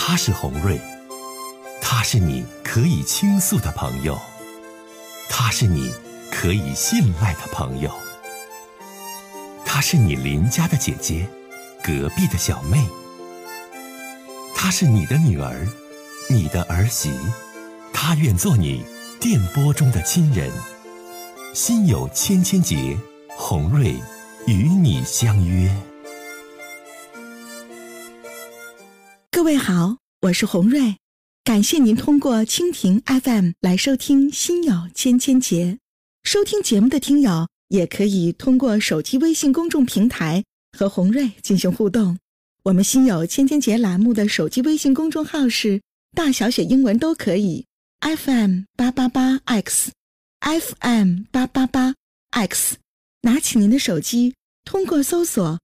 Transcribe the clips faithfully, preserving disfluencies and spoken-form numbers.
他是洪瑞，他是你可以倾诉的朋友，他是你可以信赖的朋友，她是你邻家的姐姐，隔壁的小妹，她是你的女儿，你的儿媳，她愿做你电波中的亲人。心有千千结，洪瑞与你相约。 各位好，我是洪瑞，感谢您通过蜻蜓 F M 来收听心有千千结。收听节目的听友也可以通过手机微信公众平台和洪瑞进行互动。我们心有千千结栏目的手机微信公众号是大小写英文都可以 F M 八八八 X F M 八八八 X， 拿起您的手机，通过搜索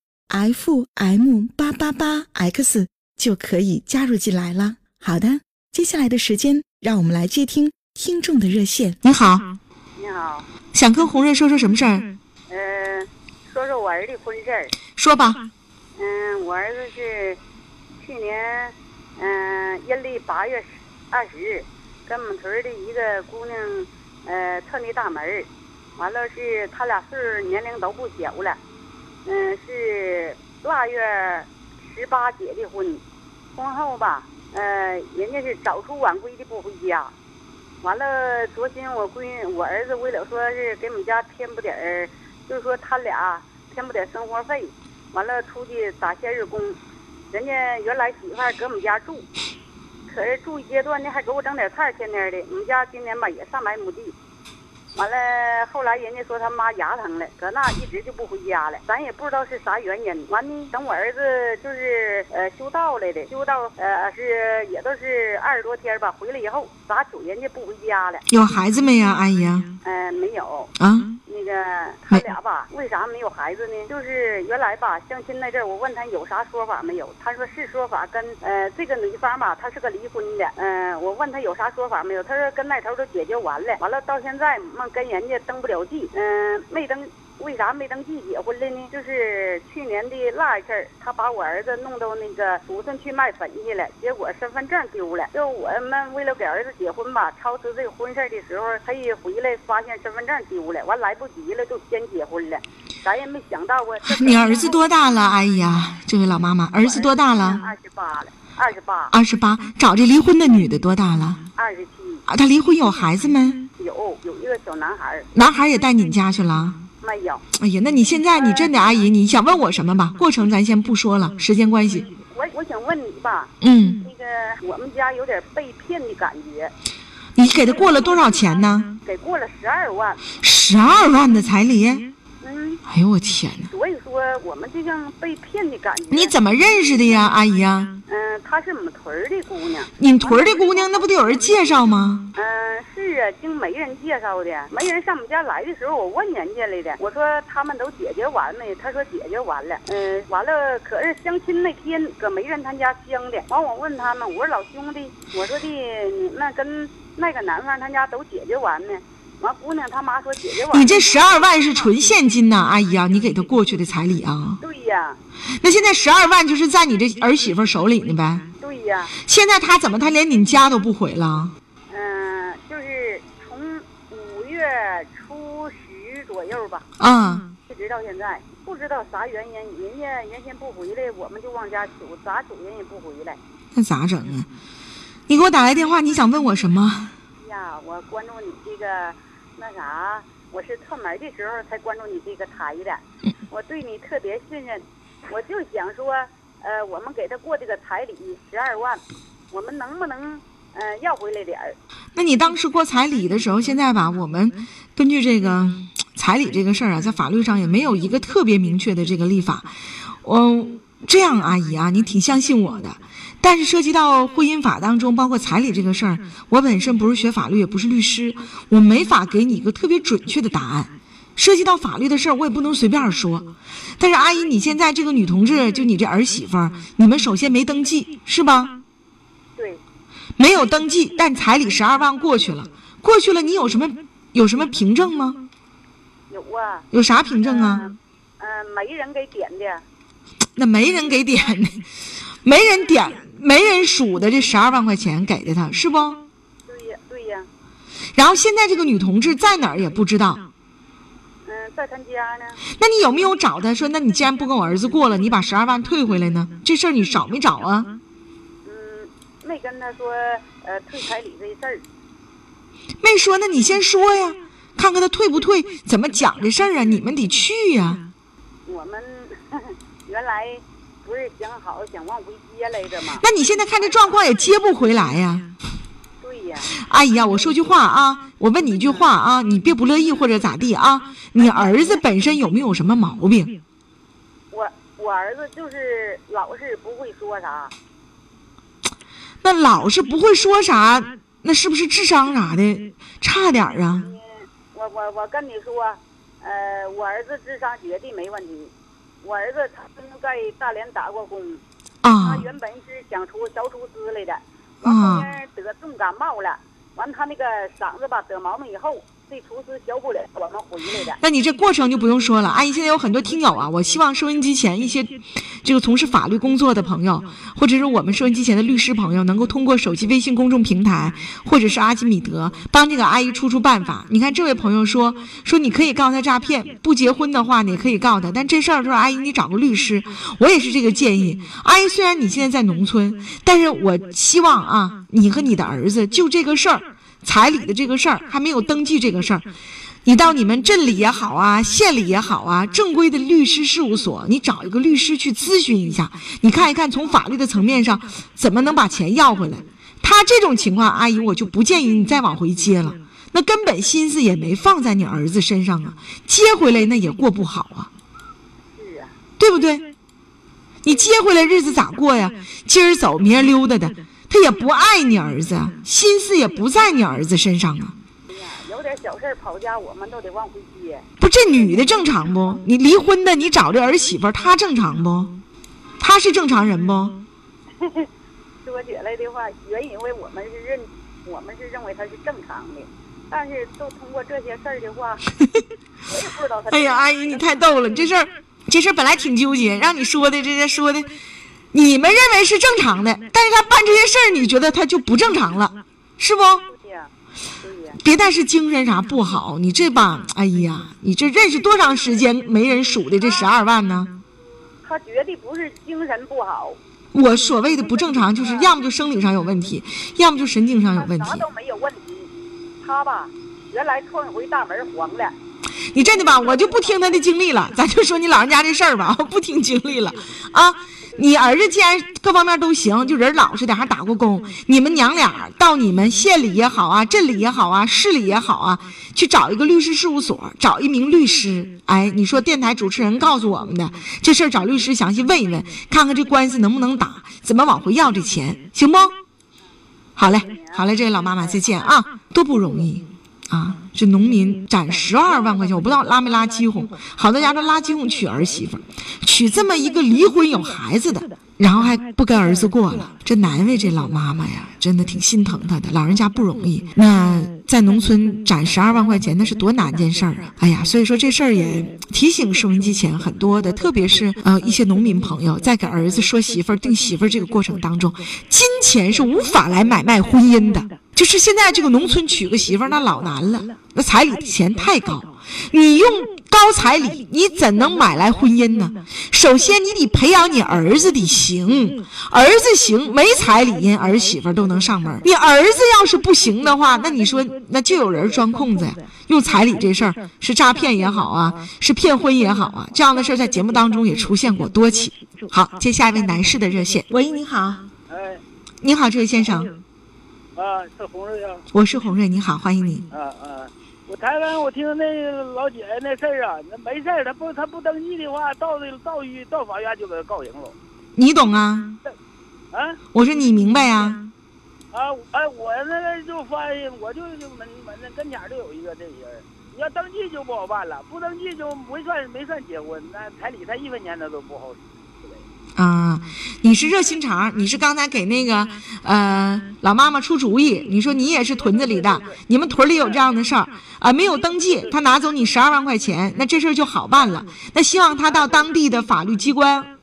F M 八八八 X 就可以加入进来了。好的，接下来的时间让我们来接听听众的热线。你好。 你好， 想跟洪瑞说说什么事儿？ 嗯，说说我儿子的婚事儿。 说吧。 嗯，我儿子是去年嗯阴历八月二十日跟我们屯的一个姑娘呃串的大门，完了是他俩岁数年龄都不小了，嗯，是腊月十八结的婚，婚后吧，呃，人家是早出晚归的不回家。完了，昨天我闺女我儿子为了说是给我们家添补点儿，就是说他俩添补点生活费，完了出去打些日工。人家原来媳妇儿搁我们家住，可是住一阶段呢还给我整点菜，天天的。我们家今年吧也上百亩地，完了后来人家说他妈牙疼了，搁那一直就不回家了，咱也不知道是啥原因。完呢，等我儿子就是呃修道来的，修道呃是也都是二十多天吧，回来以后咋瞅人家不回家了？ 有孩子没呀，阿姨啊？ 嗯、呃，没有啊。 那个他俩吧，为啥没有孩子呢？就是原来吧相亲那阵儿，我问他有啥说法没有，他说是说法跟呃这个女方吧，她是个离婚的，嗯、呃，我问他有啥说法没有，他说跟那头都解决完了，完了到现在嘛跟人家登不了记，嗯、呃，没登。为啥没登记结婚了呢？就是去年的腊月，他把我儿子弄到那个土村去卖粉去了，结果身份证丢了。就我们为了给儿子结婚吧，超出这个婚事的时候，他一回来发现身份证丢了，完来不及了，就先结婚了。咱也没想到啊。 你儿子多大了，阿姨呀？这位老妈妈，儿子多大了？ 二十八了，二十八。 二十八，找这离婚的女的多大了？ 二十七。 啊，他离婚有孩子没？ 有，有一个小男孩。 男孩也带你家去了？ 没有。 哎呀，那你现在你真的阿姨，你想问我什么吧？过程咱先不说了，时间关系。 我我想问你吧， 嗯， 那个我们家有点被骗的感觉。 你给他过了多少钱呢？ 给过了十二万。 十二万的彩礼？ 嗯。 哎呦我天哪！ 所以说我们就像被骗的感觉。 你怎么认识的呀，阿姨呀？ 嗯，她是我们屯的姑娘。 你们屯的姑娘，那不得有人介绍吗？ 嗯，是啊，经媒人介绍的。媒人上我们家来的时候，我问人家来的，我说他们都解决完没？他说解决完了。嗯，完了，可是相亲那天搁媒人他家相的。完我问他们，我说老兄弟，我说的你们跟那个男方他家都解决完没？完姑娘他妈说解决完。 你这十二万是纯现金呐，阿姨啊，你给他过去的彩礼啊？ 对呀。 那现在十二万就是在你这儿媳妇手里呢呗？ 对呀。 现在他怎么他连你家都不回了？ 嗯，就是从五月初十左右吧。 啊。 一直到现在，不知道啥原因，人家原先不回来，我们就往家求，咋求人也不回来。 那咋整啊？你给我打来电话，你想问我什么？ 呀，我关注你这个那啥，我是串门的时候才关注你这个台的，嗯、我对你特别信任，我就想说，呃，我们给他过这个彩礼十二万，我们能不能呃要回来点儿？ 那你当时过彩礼的时候，现在吧，我们根据这个彩礼这个事儿啊，在法律上也没有一个特别明确的这个立法。我这样，阿姨啊，你挺相信我的。但是涉及到婚姻法当中包括彩礼这个事儿，我本身不是学法律也不是律师，我没法给你一个特别准确的答案。涉及到法律的事儿我也不能随便说。但是阿姨，你现在这个女同志，就你这儿媳妇儿，你们首先没登记是吧？ 对。 没有登记，但彩礼十二万过去了，过去了你有什么有什么凭证吗？ 有啊。 有啥凭证啊？ 嗯、呃，没人给点的。 那没人给点的，没人点。 没人数的这十二万块钱给的他，是不？ 对呀，对呀。 然后现在这个女同志在哪儿也不知道。 嗯，在他家呢。 那你有没有找他说，那你既然不跟我儿子过了，你把十二万退回来呢？这事儿你找没找啊？ 嗯，没跟他说呃退彩礼这事儿。 没说，那你先说呀，看看他退不退，怎么讲这事儿啊？你们得去呀。 我们呵呵原来不是想好想往回接来着吗？ 那你现在看这状况也接不回来呀。 对呀。 阿姨呀，我说句话啊，我问你一句话啊，你别不乐意或者咋地啊？你儿子本身有没有什么毛病？ 我我儿子就是老是不会说啥。 那老是不会说啥，那是不是智商啥的差点啊？ 嗯，我我我跟你说，呃，我儿子智商绝对没问题。我儿子他在大连打过工， 啊， 他原本是想出小厨师来的，完后面得重感冒了，完他那个嗓子吧得毛病以后，这厨师教不了我们回来的。 那你这过程就不用说了。阿姨，现在有很多听友啊，我希望收音机前一些这个从事法律工作的朋友，或者是我们收音机前的律师朋友，能够通过手机微信公众平台或者是阿基米德帮这个阿姨出出办法。你看这位朋友说说你可以告他诈骗，不结婚的话你也可以告他，但这事儿说阿姨你找个律师，我也是这个建议。阿姨，虽然你现在在农村，但是我希望啊，你和你的儿子就这个事儿，彩礼的这个事儿，还没有登记这个事儿，你到你们镇里也好啊，县里也好啊，正规的律师事务所，你找一个律师去咨询一下，你看一看从法律的层面上怎么能把钱要回来。他这种情况，阿姨我就不建议你再往回接了，那根本心思也没放在你儿子身上啊，接回来那也过不好啊， 是啊， 对不对？你接回来日子咋过呀？今儿走明儿溜达的，他也不爱你儿子，心思也不在你儿子身上啊。 有点小事跑家我们都得往回接。 不，这女的正常不？你离婚的，你找这儿媳妇，她正常不？她是正常人不？ 说起来的话，原因为我们是认，我们是认为她是正常的，但是都通过这些事儿的话，我也不知道她。 哎呀，阿姨你太逗了，这事儿，这事儿本来挺纠结，让你说的这些说的，你们认为是正常的，但是她办这些事儿，你觉得她就不正常了，是不？ 对呀，对呀。 别但是精神啥不好，你这吧，哎呀，你这认识多长时间没人数的这十二万呢？ 他绝对不是精神不好。 我所谓的不正常，就是要么就生理上有问题，要么就神经上有问题。 啥都没有问题，他吧，原来撞回大门黄了。 你真的吧，我就不听他的经历了，咱就说你老人家这事儿吧，不听经历了啊。你儿子既然各方面都行，就人老实点，还打过工，你们娘俩到你们县里也好啊，镇里也好啊，市里也好啊，去找一个律师事务所，找一名律师。哎，你说电台主持人告诉我们的这事儿，找律师详细问一问，看看这官司能不能打，怎么往回要这钱，行不？好嘞，好嘞，这位老妈妈再见啊，多不容易啊！这农民攒十二万块钱，我不知道拉没拉饥荒，好多家都拉饥荒娶儿媳妇，娶这么一个离婚有孩子的，然后还不跟儿子过了，这难为这老妈妈呀，真的挺心疼她的，老人家不容易。那在农村攒十二万块钱，那是多难件事儿啊！哎呀，所以说这事儿也提醒收音机前很多的，特别是呃一些农民朋友，在给儿子说媳妇儿、定媳妇儿这个过程当中，金钱是无法来买卖婚姻的。就是现在这个农村娶个媳妇儿那老难了，那彩礼的钱太高，你用高彩礼你怎能买来婚姻呢？首先你得培养你儿子得行，儿子行没彩礼人儿媳妇都能上门，你儿子要是不行的话，那你说那就有人钻空子呀，用彩礼这事儿是诈骗也好啊，是骗婚也好啊，这样的事儿在节目当中也出现过多起。好，接下一位男士的热线。喂，你好。 哎， 你好，这位先生。 啊，是红瑞啊。 我是红瑞，你好，欢迎你。 啊啊，我台湾我听那个老姐姐那事儿啊，那没事儿，他不他不登记的话，到这到于到法院就给他告赢了。 你懂啊？ 啊？ 我说你明白呀？ 啊，哎，我那个就发现，我就就门门那跟前就有一个这人，你要登记就不好办了，不登记就没算没算结婚，那彩礼他一分钱他都不好使。 啊，你是热心肠，你是刚才给那个呃老妈妈出主意，你说你也是屯子里的，你们屯里有这样的事儿啊，没有登记，他拿走你十二万块钱，那这事儿就好办了。那希望他到当地的法律机关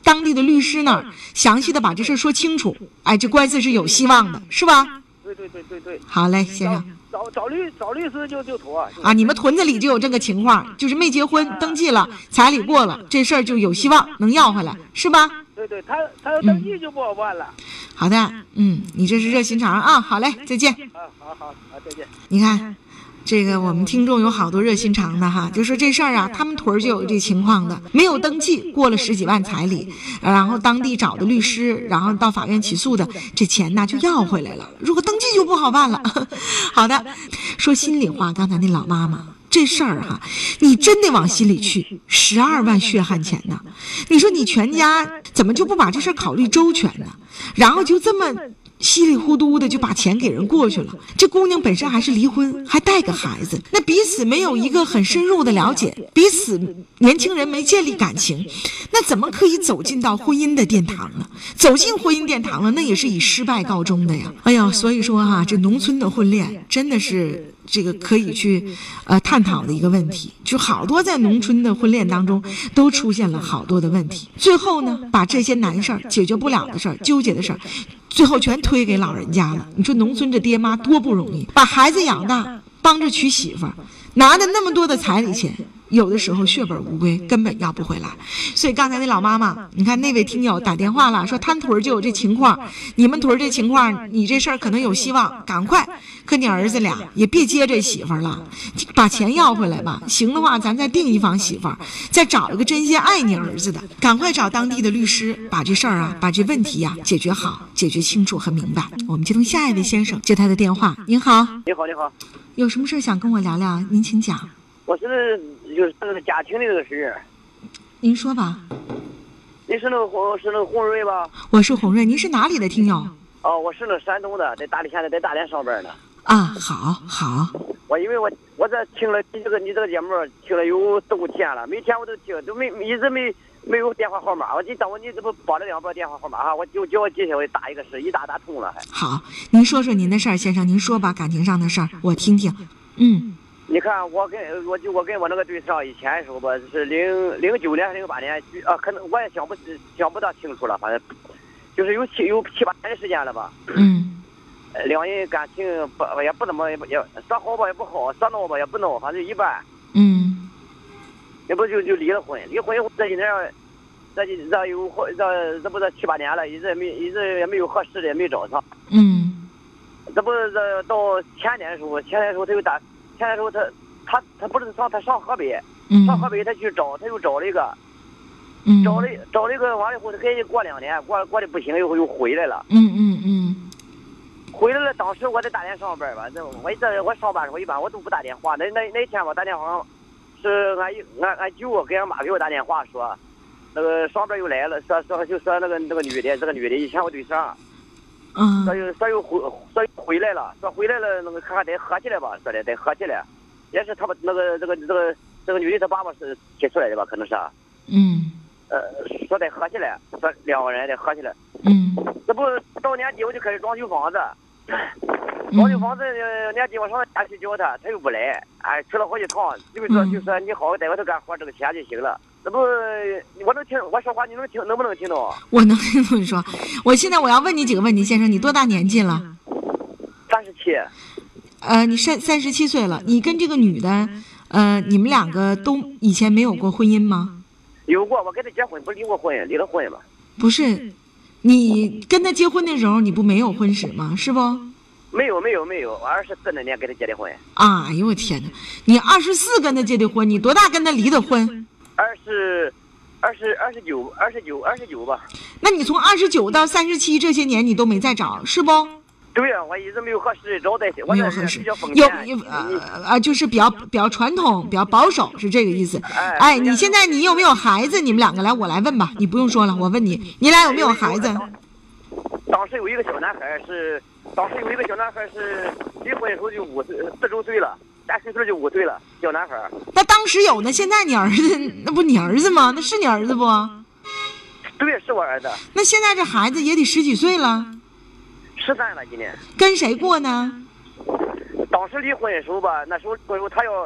当地的律师那儿详细的把这事说清楚，哎，这官司是有希望的，是吧？ 对对对对对。 好嘞，先生。 找找律找律师就就妥啊！你们屯子里就有这个情况，就是没结婚，登记了，彩礼过了，这事儿就有希望能要回来，是吧？ 对对，他他要登记就不好办了。 嗯、好的，嗯，你这是热心肠啊！好嘞，再见。 啊，好好啊，再见。 你看。这个我们听众有好多热心肠的哈，就说这事儿啊，他们屯就有这情况的，没有登记，过了十几万彩礼，然后当地找的律师，然后到法院起诉的，这钱呢就要回来了。如果登记就不好办了。好的，说心里话，刚才那老妈妈这事儿哈，你真得往心里去，十二万血汗钱呢，你说你全家怎么就不把这事儿考虑周全呢？然后就这么稀里糊涂的就把钱给人过去了。这姑娘本身还是离婚，还带个孩子，那彼此没有一个很深入的了解，彼此年轻人没建立感情，那怎么可以走进到婚姻的殿堂呢？走进婚姻殿堂了，那也是以失败告终的呀。哎呦，所以说哈、啊，这农村的婚恋真的是这个可以去呃探讨的一个问题，就好多在农村的婚恋当中都出现了好多的问题，最后呢，把这些难事儿解决不了的事儿、纠结的事儿，最后全推给老人家了。你说农村这爹妈多不容易，把孩子养大，帮着娶媳妇儿，拿的那么多的彩礼钱，有的时候血本无归，根本要不回来。所以刚才那老妈妈，你看那位听友打电话了，说他屯就有这情况，你们屯这情况，你这事儿可能有希望，赶快跟你儿子俩也别接这媳妇儿了，把钱要回来吧。行的话，咱再订一房媳妇儿，再找一个真心爱你儿子的，赶快找当地的律师，把这事儿啊，把这问题呀、啊、解决好，解决清楚和明白。我们接通下一位先生，接他的电话。您好， 你好，你好， 有什么事想跟我聊聊？您请讲。 我是就是那个家庭的这个事儿。 您说吧。 你是那个洪是那个洪瑞吧？ 我是洪瑞，您是哪里的听友？ 哦，我是那山东的，在大连，现在在大连上班呢。 啊，好，好。 我因为我我这听了你这个你这个节目听了有四五天了，每天我都听，都没一直没没有电话号码。我你等我你这不报了两包电话号码哈，我就叫我接下我打一个是一打打通了还。 好，您说说您的事儿，先生，您说吧，感情上的事儿，我听听。嗯。 你看，我跟我就我跟我那个对象以前的时候吧，是零零九年还是零八年啊？可能我也想不想不大清楚了，反正就是有七有七八年的时间了吧。 嗯。 两人感情不也不怎么也也说好吧也不好，说闹吧也不闹，反正一般。 嗯。 也不就就离了婚，离婚以后这几年，这这有这这不这七八年了，一直没一直也没有合适的，也没找上。 嗯。 这不这到前年的时候，前年的时候他又打。前的时候他他他不是上他上河北， 嗯、 上河北他去找，他又找了一个， 嗯、 找了找了一个完了以后，他给过两年，过过的不行，以后又回来了。 嗯嗯嗯。 回来了，当时我在大连上班吧，这我这我上班的时候一般我都不打电话。那那那天我打电话，是俺俺俺舅给俺妈给我打电话说，那个上班又来了，说说就说那个那个女的，这个女的以前我对象。 嗯， 说又说又回说又回来了，说回来了那个看看得合起来吧，说的得合起来，也是他把那个这个这个这个女的她爸爸是提出来的吧，可能是。 嗯。 呃，说得合起来，说两个人得合起来。 嗯。 这不到年底我就开始装修房子，装修房子年底我上家去叫他，他又不来，哎，去了好几趟，就说就说你好好在外头干活，这个钱就行了。这不，我能听我说话，你能听，能不能听到？ 我能听懂你说。我现在我要问你几个问题，先生，你多大年纪了？ 三十七。 呃，你三三十七岁了。你跟这个女的，呃，你们两个都以前没有过婚姻吗？ 有过，我跟她结婚，不离过婚，离了婚嘛。 不是，你跟她结婚的时候，你不没有婚史吗？是不？ 没有没有没有，我二十四那年跟她结的婚。 哎呦我天哪！你二十四跟她结的婚，你多大跟她离的婚？ 二十，二十二十九，二十九，二十九吧。 那你从二十九到三十七这些年，你都没再找，是不？ 对呀、啊，我一直没有合适找在，我这是比较封建，有有呃呃，就是比较比较传统，比较保守，是这个意思。哎，哎你现在你有没有孩子？你们两个来，我来问吧，你不用说了，我问你，你俩有没有孩子？ 当时有一个小男孩是，当时有一个小男孩是离婚的时候就五岁，四周岁了。大岁数就五岁了，小男孩。 那当时有呢？现在你儿子那不你儿子吗？那是你儿子不？ 对，是我儿子。 那现在这孩子也得十几岁了。 十三了，今年。 跟谁过呢？ 当时离婚的时候吧，那时候他要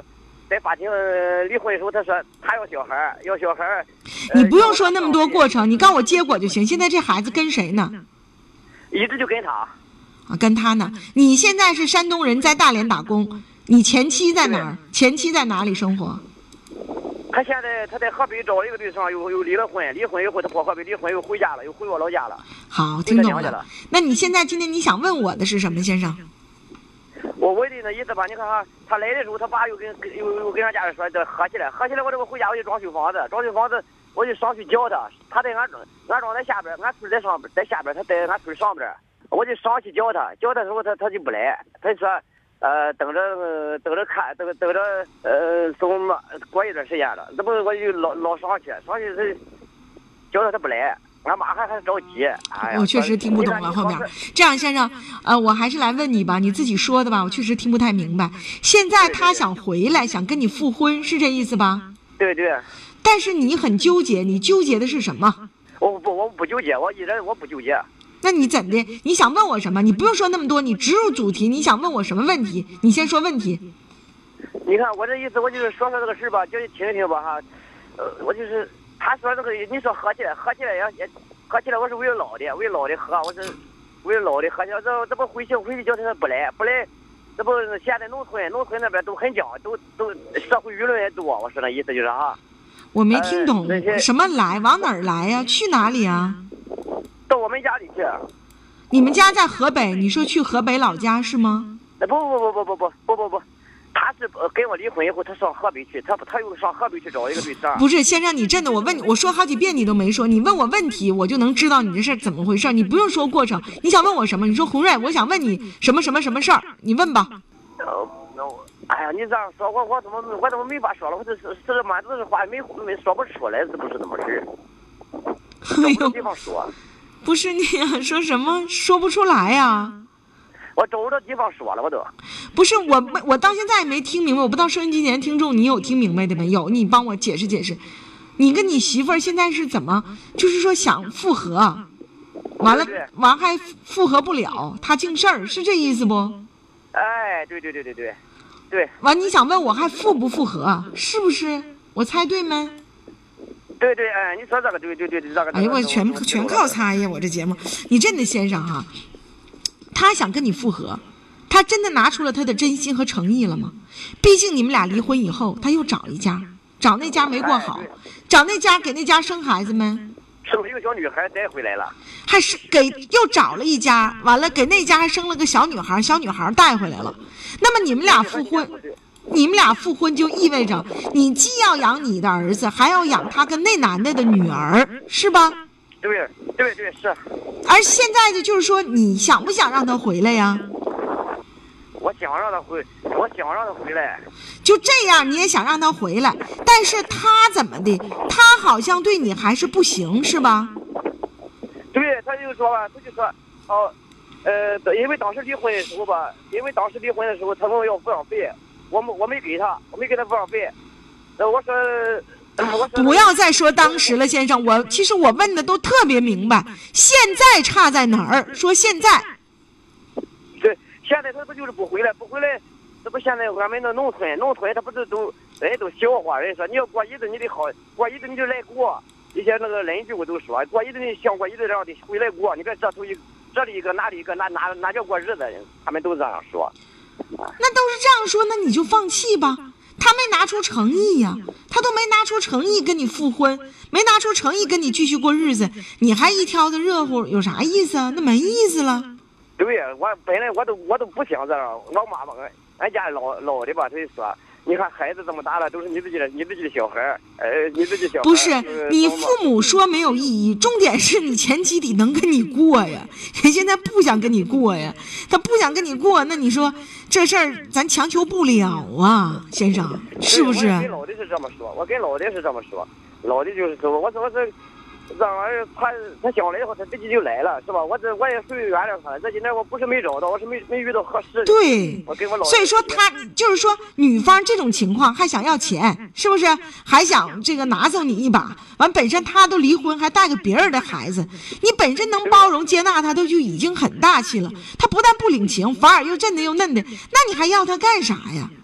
在法庭离婚的时候，他说他要小孩，要小孩。 你不用说那么多过程，你告诉我结果就行。现在这孩子跟谁呢？ 一直就跟他。 啊，跟他呢？你现在是山东人，在大连打工，你前妻在哪儿？前妻在哪里生活？ 他现在他在河北找了一个对象，又又离了婚，离婚以后他跑河北离婚，又回家了，又回我老家了。 好，听懂了。那你现在今天你想问我的是什么，先生？ 我问的那意思吧，你看哈，他来的时候，他爸又跟又又跟俺家人说这合起来，合起来，我这个回家我就装修房子，装修房子我就上去教他，他在俺俺庄在下边，俺村在上边，在下边，他在俺村上边，我就上去教他，教他的时候他他就不来，他就说。呃，等着、呃、等着看，等等着呃，怎么过一段时间了，这不我就老老上去，上去他叫他他不来，俺妈还还着急。哎呀， 我确实听不懂了后面。这样，先生，呃，我还是来问你吧，你自己说的吧，我确实听不太明白。现在他想回来，想跟你复婚，是这意思吧？ 对对。 但是你很纠结，你纠结的是什么？ 我不，我不纠结，我一直我不纠结。 那你怎的？你想问我什么？你不用说那么多，你直入主题。你想问我什么问题？你先说问题。 你看我这意思，我就是说说这个事吧，叫你听一听吧哈。呃，我就是他说这个，你说合起来，合起来也也合起来，我是为了老的，为老的合，我是为了老的合起来。这这不回去回去叫他不来，不来，这不现在农村农村那边都很讲，都都社会舆论也多。我说那意思就是哈。 我没听懂、呃、什么来，往哪儿来呀？去哪里呀？ 到我们家里去。 你们家在河北？你说去河北老家是吗？ 不不不不不不不不不，他是跟我离婚以后，他上河北去，他他又上河北去找一个对象。 不是，先生，你真的，我问你，我说好几遍你都没说，你问我问题，我就能知道你这事怎么回事。你不用说过程，你想问我什么？你说红瑞，我想问你什么什么什么事儿，你问吧。 呃，那我，哎呀，你这样说，我我怎么我怎么没法说了？我这是是满都是话没没说不出来，是不是那么事？ 哎呦， 地方说。 不是你啊，说什么说不出来呀、啊？ 我找不着地方说了，我都。 不是我，我到现在也没听明白。我不知道收音机前听众你有听明白的没有？你帮我解释解释。你跟你媳妇儿现在是怎么？就是说想复合，完了完还复合不了，他净事儿，是这意思不？ 哎，对对对对对，对。 完你想问我还复不复合？是不是？我猜对没？ 对对，哎，你说这个对对对这个。 哎呀，我全全靠猜呀！我这节目，你真的先生哈，他想跟你复合，他真的拿出了他的真心和诚意了吗？毕竟你们俩离婚以后，他又找一家，找那家没过好，找那家给那家生孩子没？ 生了一个小女孩带回来了， 还是给又找了一家，完了给那家还生了个小女孩，小女孩带回来了。那么你们俩复婚？你们俩复婚就意味着你既要养你的儿子，还要养他跟那男的的女儿，是吧？ 对对对，是。 而现在的就是说，你想不想让他回来呀？ 我想让他回，我想让他回来。 就这样，你也想让他回来，但是他怎么的？他好像对你还是不行，是吧？ 对，他就说吧，他就说，哦，呃，因为当时离婚的时候吧，因为当时离婚的时候，他问我要抚养费。我没我没给他，我没给他抚养费。呃，我说，我说不要再说当时了，先生。我其实我问的都特别明白，现在差在哪儿？说现在。 对，现在他不就是不回来，不回来，这不现在俺们那农村，农村他不是都人都笑话，人说你要过日子你得好，过日子你就来过。一些那个邻居我都说，过日子你想过日子让得回来过，你别这头一这里一个那里一个，那哪哪叫过日子？他们都这样说。 那都是这样说，那你就放弃吧。他没拿出诚意呀、啊，他都没拿出诚意跟你复婚，没拿出诚意跟你继续过日子，你还一挑子热乎，有啥意思啊？那没意思了。 对呀，我本来我都我都不想这样，我妈妈俺家老老的吧，他就说，你看孩子这么大了，都是你自己的，你自己的小孩，呃，你自己小孩。 不是，你父母说没有意义，重点是你前妻得能跟你过呀。人现在不想跟你过呀，他不想跟你过，那你说这事儿咱强求不了啊，先生，是不是？ 我跟老的是这么说，我跟老的是这么说，老的就是说，我说我说。这玩意儿他他想来以后他自己就来了，是吧？我这我也属于原谅他，这几年我不是没找到，我是没没遇到合适的。 对， 我跟我老所以说他就是说女方这种情况还想要钱，是不是？还想这个拿走你一把，完本身他都离婚还带个别人的孩子，你本身能包容接纳他都就已经很大气了，他不但不领情，反而又真的又嫩的，那你还要他干啥呀？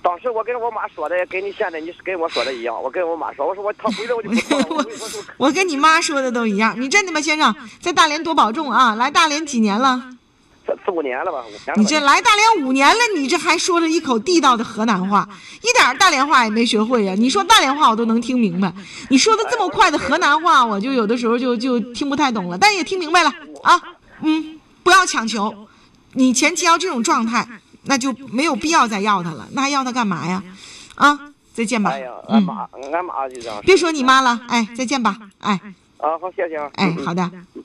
当时我跟我妈说的，跟你现在你跟我说的一样。我跟我妈说，我说我他回来我就不做了。我我我跟你妈说的都一样。你真的吗，先生？在大连多保重啊！来大连几年了？ 四五年了吧？五年了吧。 你这来大连五年了，你这还说了一口地道的河南话，一点大连话也没学会呀、啊！你说大连话我都能听明白，你说的这么快的河南话，我就有的时候就就听不太懂了，但也听明白了啊。嗯，不要强求，你前期要这种状态。那就没有必要再要他了，那还要他干嘛呀？啊，再见吧。 哎呀，俺妈，俺妈就这样。 别说你妈了，哎，再见吧，哎。 啊，好，谢谢啊。 哎，好的。